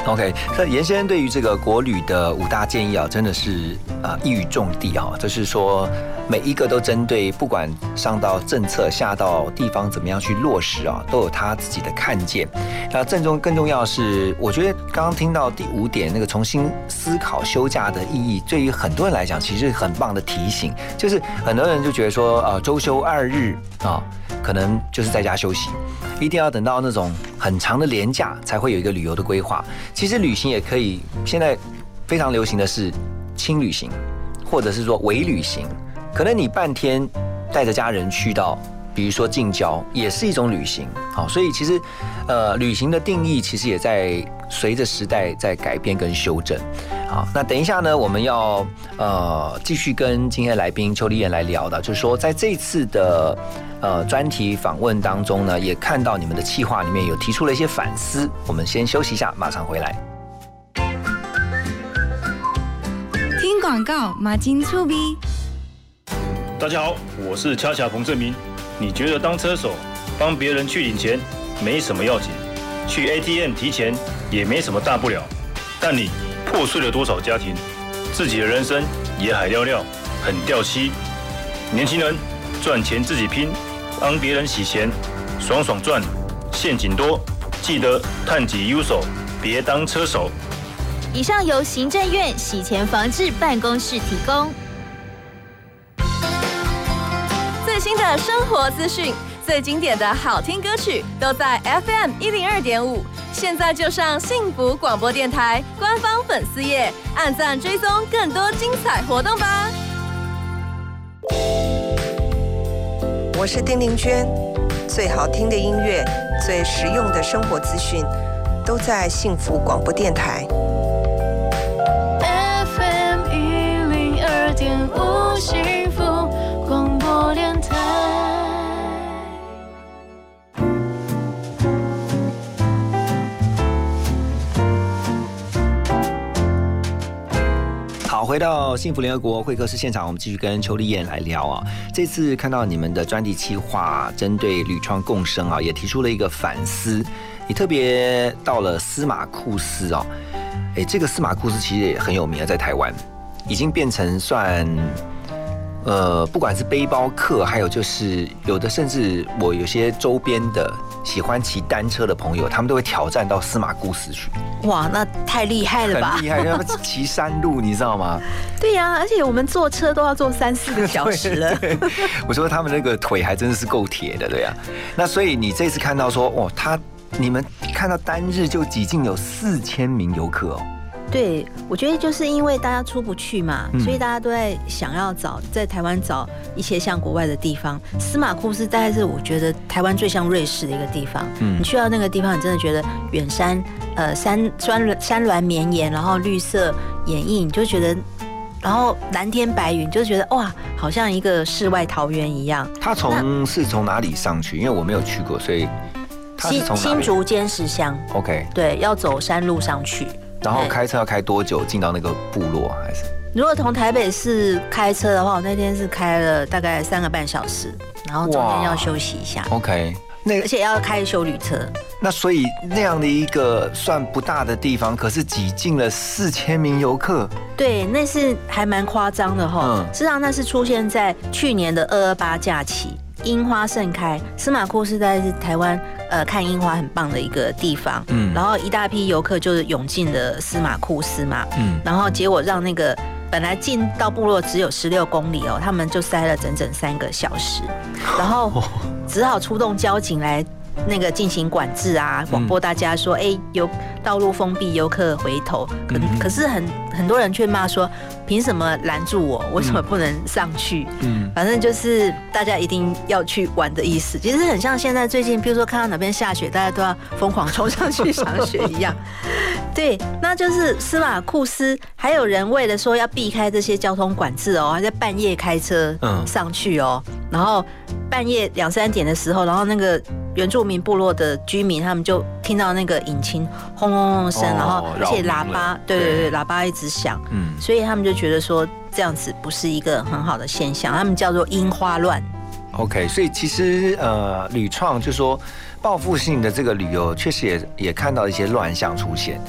[SPEAKER 4] OK， 那严先生对于这个国旅的5大建议啊，真的是一语中的啊，就是说每一个都针对，不管上到政策，下到地方怎么样去落实啊，都有他自己的看见。那更重要的是，我觉得刚刚听到第5点那个重新思考休假的意义，对于很多人来讲，其实很棒的提醒，就是很多人就觉得说，周休2日啊，可能就是在家休息。一定要等到那种很长的连假才会有一个旅游的规划。其实旅行也可以，现在非常流行的是轻旅行，或者是说微旅行。可能你半天带着家人去到，比如说近郊，也是一种旅行。好，所以其实旅行的定义其实也在随着时代在改变跟修正。好，那等一下呢，我们要继续跟今天的来宾邱丽燕来聊的，就是说在这次的专题访问当中呢，也看到你们的企划里面有提出了一些反思。我们先休息一下，马上回来。
[SPEAKER 14] 听广告，马金醋逼。
[SPEAKER 15] 大家好，我是恰恰彭正明。你觉得当车手帮别人去领钱没什么要紧，去 ATM 提钱也没什么大不了，但你破碎了多少家庭，自己的人生也海尿尿，很掉漆。年轻人赚钱自己拼，帮别人洗钱，爽爽赚，陷阱多，记得探己优手，别当车手。
[SPEAKER 16] 以上由行政院洗钱防治办公室提供。
[SPEAKER 17] 最新的生活资讯，最经典的好听歌曲，都在 FM 102.5。现在就上幸福广播电台官方粉丝页，按赞追踪更多精彩活动吧。
[SPEAKER 18] 我是丁玲娟，最好听的音乐，最实用的生活资讯，都在幸福广播电台。
[SPEAKER 1] FM 102.5幸福广播电台。
[SPEAKER 4] 好，回到幸福联合国会客室现场，我们继续跟邱丽燕来聊啊。这次看到你们的专题企划，针对旅创共生啊，也提出了一个反思。你特别到了司马库斯哦，这个司马库斯其实也很有名啊，在台湾已经变成算不管是背包客，还有就是有的甚至我有些周边的喜欢骑单车的朋友，他们都会挑战到司马库斯去。
[SPEAKER 5] 哇，那太厉害了吧！
[SPEAKER 4] 很厉害，要骑山路，你知道吗？
[SPEAKER 5] 对呀，而且我们坐车都要坐3-4个小时了。
[SPEAKER 4] 我说他们那个腿还真的是够铁的，对呀。那所以你这次看到说，哦，你们看到单日就挤进有4000名游客哦。
[SPEAKER 5] 对，我觉得就是因为大家出不去嘛，所以大家都在想要在台湾找一些像国外的地方。司马库斯大概是我觉得台湾最像瑞士的一个地方。你去到那个地方，你真的觉得远山山峦绵延，然后绿色掩映，你就觉得，然后蓝天白云，就觉得哇，好像一个世外桃源一样。
[SPEAKER 4] 他是从哪里上去？因为我没有去过，所以他是从
[SPEAKER 5] 新竹尖石乡。
[SPEAKER 4] OK，
[SPEAKER 5] 对，要走山路上去。
[SPEAKER 4] 然后开车要开多久进到那个部落？还是
[SPEAKER 5] 如果从台北市开车的话，我那天是开了大概3个半小时，然后中间要休息一下。
[SPEAKER 4] OK，
[SPEAKER 5] 而且要开休旅车。
[SPEAKER 4] 那所以那样的一个算不大的地方，可是挤进了4000名游客。
[SPEAKER 5] 对，那是还蛮夸张的哈。事实上，那是出现在去年的228假期。樱花盛开，司马库斯在是台湾看樱花很棒的一个地方，然后一大批游客就是涌进了司马库斯嘛，然后结果让那个本来进到部落只有16公里哦，他们就塞了整整3个小时，然后只好出动交警来那个进行管制啊，广播大家说，有道路封闭，游客回头。可是很多人却骂说，凭什么拦住我？为什么不能上去？反正就是大家一定要去玩的意思。其实很像现在最近，比如说看到哪边下雪，大家都要疯狂冲上去赏雪一样。对，那就是司马库斯，还有人为了说要避开这些交通管制哦，还在半夜开车上去哦，然后半夜2-3点的时候，然后那个原住民部落的居民，他们就听到那个引擎轰轰轰声，然后而且喇叭，对，喇叭一直响，所以他们就觉得说这样子不是一个很好的现象，他们叫做樱花乱。
[SPEAKER 4] OK， 所以其实旅创就说报复性的这个旅游，确实也看到一些乱象出现。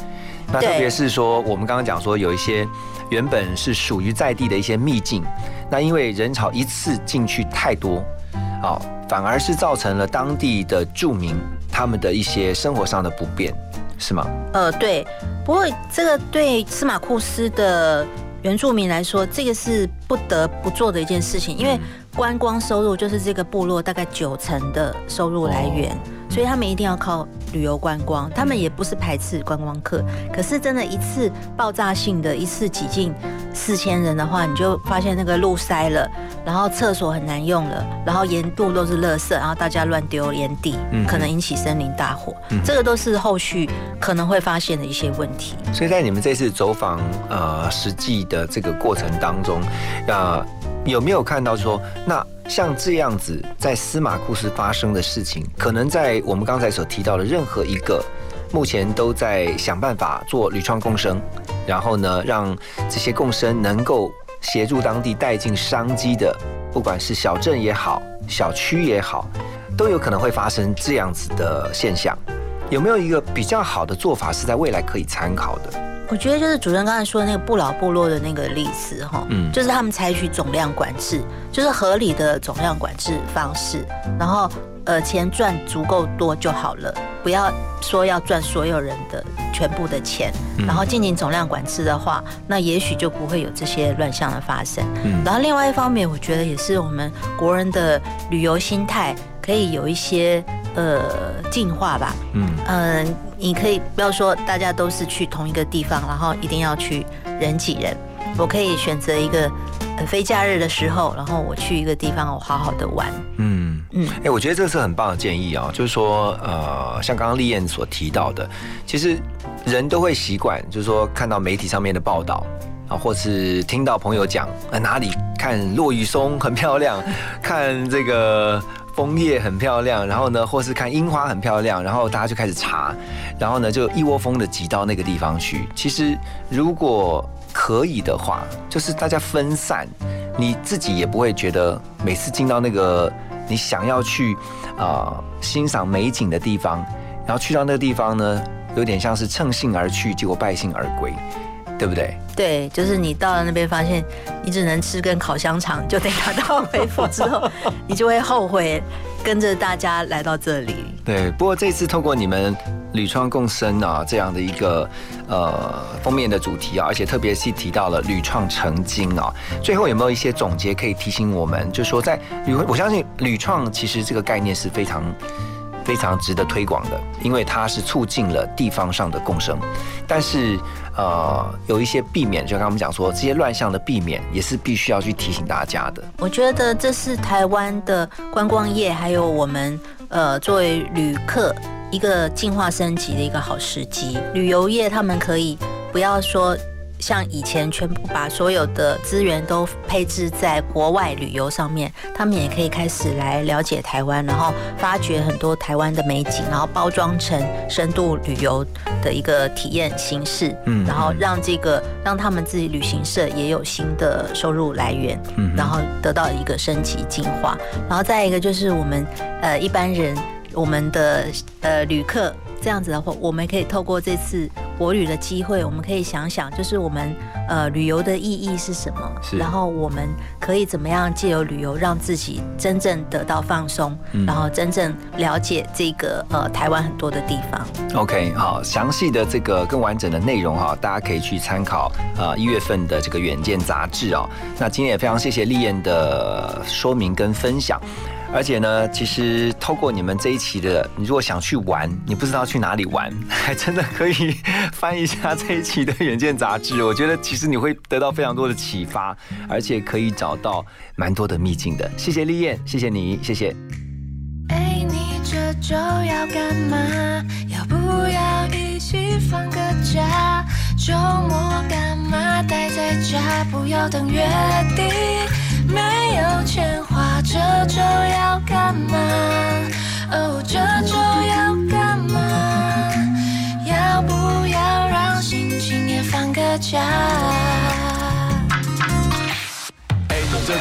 [SPEAKER 4] 那特别是说，我们刚刚讲说有一些原本是属于在地的一些秘境，那因为人潮一次进去太多，反而是造成了当地的住民他们的一些生活上的不便，是吗？
[SPEAKER 5] 对。不过这个对司马库斯的原住民来说，这个是不得不做的一件事情，因为观光收入就是这个部落大概90%的收入来源，所以他们一定要靠旅游观光。他们也不是排斥观光客，可是真的一次爆炸性的一次挤进4000人的话，你就发现那个路塞了，然后厕所很难用了，然后沿路都是垃圾，然后大家乱丢烟蒂，可能引起森林大火，这个都是后续可能会发现的一些问题。
[SPEAKER 4] 所以在你们这次走访实际的这个过程当中，有没有看到说，那像这样子在司马库斯发生的事情，可能在我们刚才所提到的任何一个目前都在想办法做旅创共生，然后呢，让这些共生能够协助当地带进商机的，不管是小镇也好，小区也好，都有可能会发生这样子的现象。有没有一个比较好的做法是在未来可以参考的？
[SPEAKER 5] 我觉得就是主任刚才说的那个不老部落的那个例子就是他们采取总量管制，就是合理的总量管制方式，然后钱赚足够多就好了，不要说要赚所有人的全部的钱，然后进行总量管制的话，那也许就不会有这些乱象的发生。然后另外一方面，我觉得也是我们国人的旅游心态可以有一些进化吧。你可以不要说大家都是去同一个地方，然后一定要去人挤人。我可以选择一个非假日的时候，然后我去一个地方，我好好的玩。
[SPEAKER 4] 我觉得这是很棒的建议啊，就是说像刚刚丽燕所提到的，其实人都会习惯，就是说看到媒体上面的报道啊，或是听到朋友讲哪里看落羽松很漂亮，看这个枫叶很漂亮，然后呢，或是看樱花很漂亮，然后大家就开始查，然后呢，就一窝蜂的挤到那个地方去。其实如果可以的话，就是大家分散，你自己也不会觉得每次进到那个你想要去欣赏美景的地方，然后去到那个地方呢，有点像是乘兴而去，结果败兴而归，对不对？
[SPEAKER 5] 对，就是你到了那边发现你只能吃根烤香肠，就得打道回府之后，你就会后悔跟着大家来到这里。
[SPEAKER 4] 对，不过这次透过你们旅创共生这样的一个封面的主题而且特别是提到了旅创成金最后有没有一些总结可以提醒我们？就是说在我相信旅创其实这个概念是非常非常值得推广的，因为它是促进了地方上的共生，但是有一些避免，就刚刚我们讲说这些乱象的避免，也是必须要去提醒大家的。
[SPEAKER 5] 我觉得这是台湾的观光业，还有我们作为旅客一个进化升级的一个好时机。旅游业他们可以不要说像以前全部把所有的资源都配置在国外旅游上面，他们也可以开始来了解台湾，然后发掘很多台湾的美景，然后包装成深度旅游的一个体验形式，然后让他们自己旅行社也有新的收入来源，然后得到一个升级进化。然后再一个就是我们一般人，我们的旅客这样子的话，我们可以透过这次国旅的机会，我们可以想想，就是我们旅游的意义是什么，然后我们可以怎么样借由旅游让自己真正得到放松，然后真正了解这个台湾很多的地方。
[SPEAKER 4] OK， 好，详细的这个更完整的内容大家可以去参考1月份的这个远见杂志那今天也非常谢谢丽燕的说明跟分享。而且呢，其实透过你们这一期的，你如果想去玩，你不知道去哪里玩，还真的可以翻一下这一期的《远见》杂志。我觉得其实你会得到非常多的启发，而且可以找到蛮多的秘境的。谢谢丽燕，谢谢你，谢谢。
[SPEAKER 1] 你这周要干嘛？要不要一起放个假？周末干嘛待在家？不要等月底，没有钱花，这周要干嘛？哦，这周要干嘛？要不要让心情也放个假？
[SPEAKER 19] 这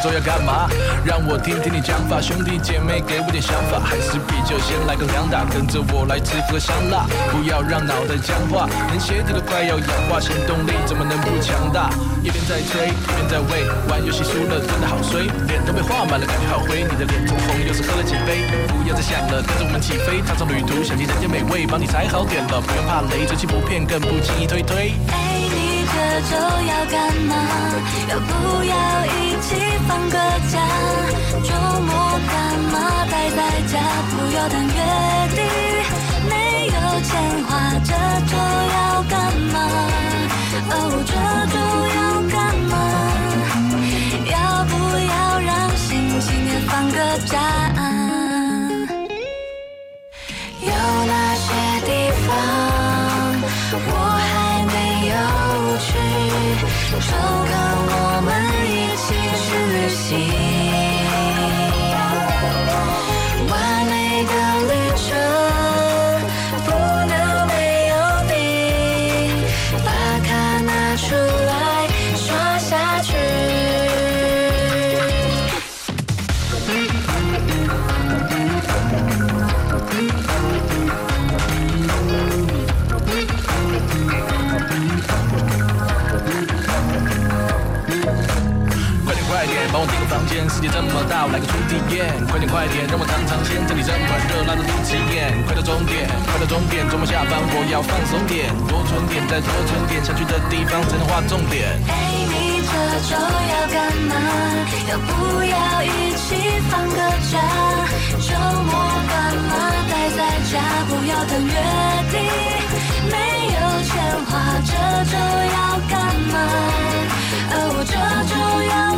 [SPEAKER 19] 周要干嘛？让我听听你讲法，兄弟姐妹给我点想法，还是啤酒先来个2打，跟着我来吃喝香辣，不要让脑袋僵化，连鞋子都快要氧化，行动力怎么能不强大？一边在吹，一边在喂，玩游戏输了真的好衰，脸都被画满了，感觉好灰，你的脸通红，又是喝了几杯，不要再想了，跟着我们起飞，踏上旅途，享尽人间美味，帮你踩好点了，不用怕雷，这期不骗，更不轻易推推。
[SPEAKER 1] 你这周要干嘛？要不要一起放个假？周末干嘛？待在家，不要谈约定，没有钱花，这周要干嘛？哦，这周要干嘛？要不要让星星也放个假？有哪些地方我还没有去？就跟我们一起去旅行，完美的旅程不能没有你，把卡拿出来刷下去。
[SPEAKER 19] 快点，帮我订个房间，世界这么大，我来个初体验。快点，让我尝尝鲜，这里真暖热辣的不起眼。快到终点，周末下班我要放松点，多存点，再多存点，想去的地方才能划重点。
[SPEAKER 1] 你这周要干嘛？要不要一起放个假？周末干嘛？待在家，不要等约定，没有钱花，这周要干嘛？我这周要